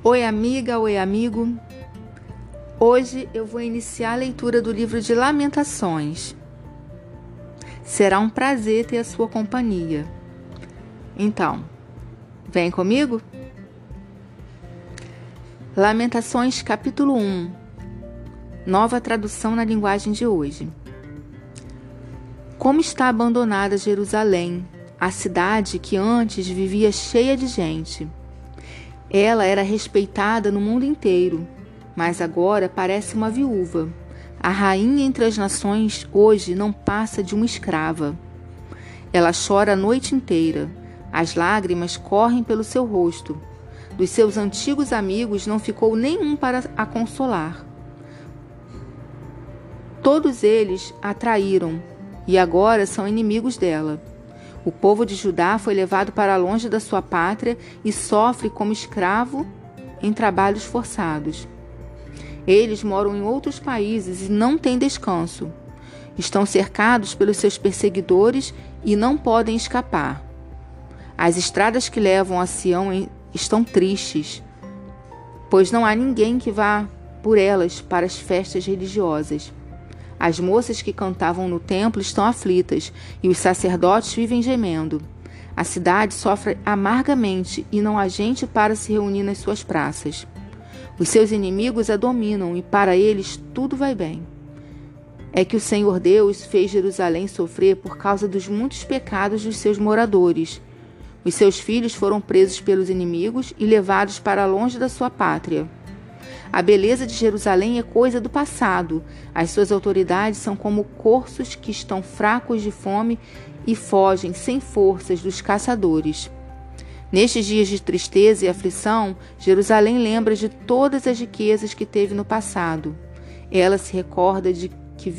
Oi amiga, oi amigo. Hoje eu vou iniciar a leitura do livro de Lamentações. Será um prazer ter a sua companhia. Então, vem comigo? Lamentações capítulo 1. Nova tradução na linguagem de hoje. Como está abandonada Jerusalém, a cidade que antes vivia cheia de gente. Ela era respeitada no mundo inteiro, mas agora parece uma viúva. A rainha entre as nações hoje não passa de uma escrava. Ela chora a noite inteira. As lágrimas correm pelo seu rosto. Dos seus antigos amigos não ficou nenhum para a consolar. Todos eles a traíram e agora são inimigos dela. O povo de Judá foi levado para longe da sua pátria e sofre como escravo em trabalhos forçados. Eles moram em outros países e não têm descanso. Estão cercados pelos seus perseguidores e não podem escapar. As estradas que levam a Sião estão tristes, pois não há ninguém que vá por elas para as festas religiosas. As moças que cantavam no templo estão aflitas e os sacerdotes vivem gemendo. A cidade sofre amargamente e não há gente para se reunir nas suas praças. Os seus inimigos a dominam e para eles tudo vai bem. É que o Senhor Deus fez Jerusalém sofrer por causa dos muitos pecados dos seus moradores. Os seus filhos foram presos pelos inimigos e levados para longe da sua pátria. A beleza de Jerusalém é coisa do passado. As suas autoridades são como corços que estão fracos de fome e fogem sem forças dos caçadores. Nestes dias de tristeza e aflição, Jerusalém lembra de todas as riquezas que teve no passado. Ela se recorda de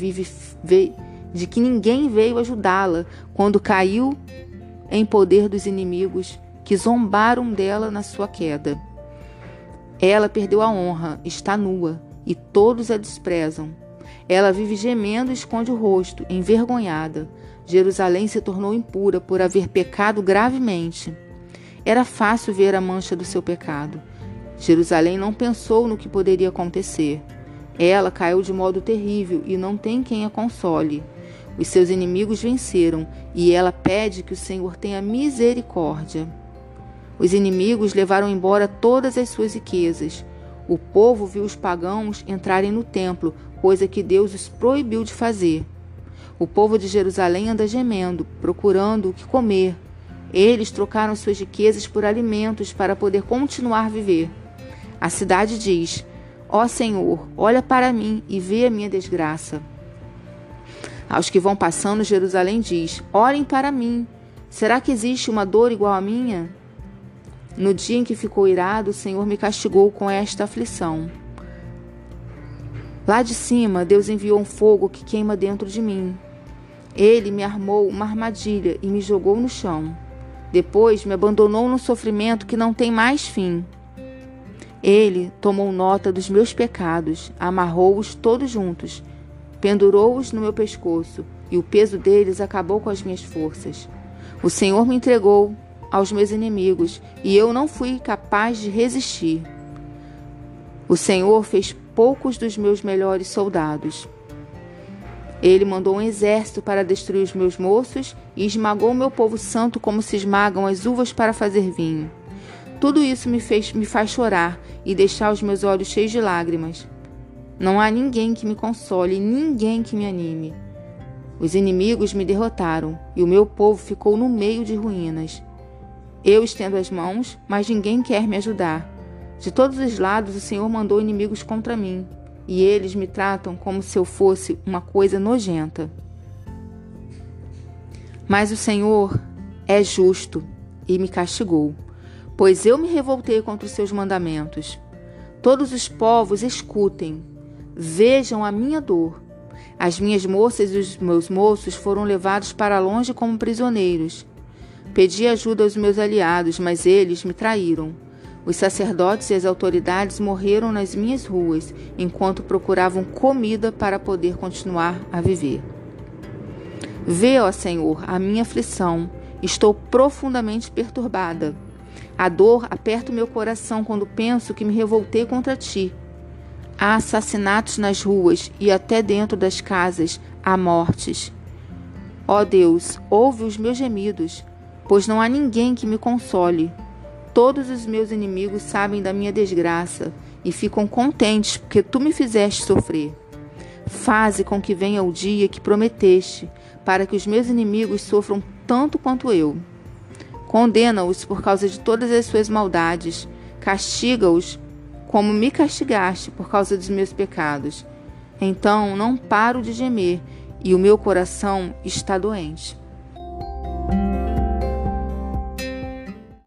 que ninguém veio ajudá-la quando caiu em poder dos inimigos que zombaram dela na sua queda. Ela perdeu a honra, está nua, e todos a desprezam. Ela vive gemendo e esconde o rosto, envergonhada. Jerusalém se tornou impura por haver pecado gravemente. Era fácil ver a mancha do seu pecado. Jerusalém não pensou no que poderia acontecer. Ela caiu de modo terrível e não tem quem a console. Os seus inimigos venceram e ela pede que o Senhor tenha misericórdia. Os inimigos levaram embora todas as suas riquezas. O povo viu os pagãos entrarem no templo, coisa que Deus os proibiu de fazer. O povo de Jerusalém anda gemendo, procurando o que comer. Eles trocaram suas riquezas por alimentos para poder continuar a viver. A cidade diz: Ó Senhor, olha para mim e vê a minha desgraça. Aos que vão passando, Jerusalém diz: Olhem para mim. Será que existe uma dor igual à minha? No dia em que ficou irado, o Senhor me castigou com esta aflição. Lá de cima, Deus enviou um fogo que queima dentro de mim. Ele me armou uma armadilha e me jogou no chão. Depois me abandonou num sofrimento que não tem mais fim. Ele tomou nota dos meus pecados, amarrou-os todos juntos, pendurou-os no meu pescoço, e o peso deles acabou com as minhas forças. O Senhor me entregou aos meus inimigos, e eu não fui capaz de resistir. O Senhor fez poucos dos meus melhores soldados. Ele mandou um exército para destruir os meus moços e esmagou o meu povo santo como se esmagam as uvas para fazer vinho. Tudo isso me faz chorar e deixar os meus olhos cheios de lágrimas. Não há ninguém que me console, ninguém que me anime. Os inimigos me derrotaram e o meu povo ficou no meio de ruínas. Eu estendo as mãos, mas ninguém quer me ajudar. De todos os lados o Senhor mandou inimigos contra mim, e eles me tratam como se eu fosse uma coisa nojenta. Mas o Senhor é justo e me castigou, pois eu me revoltei contra os seus mandamentos. Todos os povos escutem, vejam a minha dor. As minhas moças e os meus moços foram levados para longe como prisioneiros. Pedi ajuda aos meus aliados, mas eles me traíram. Os sacerdotes e as autoridades morreram nas minhas ruas, enquanto procuravam comida para poder continuar a viver. Vê, ó Senhor, a minha aflição. Estou profundamente perturbada. A dor aperta o meu coração quando penso que me revoltei contra ti. Há assassinatos nas ruas e até dentro das casas há mortes. Ó Deus, ouve os meus gemidos, pois não há ninguém que me console. Todos os meus inimigos sabem da minha desgraça e ficam contentes porque tu me fizeste sofrer. Faze com que venha o dia que prometeste, para que os meus inimigos sofram tanto quanto eu. Condena-os por causa de todas as suas maldades. Castiga-os como me castigaste por causa dos meus pecados. Então não paro de gemer e o meu coração está doente.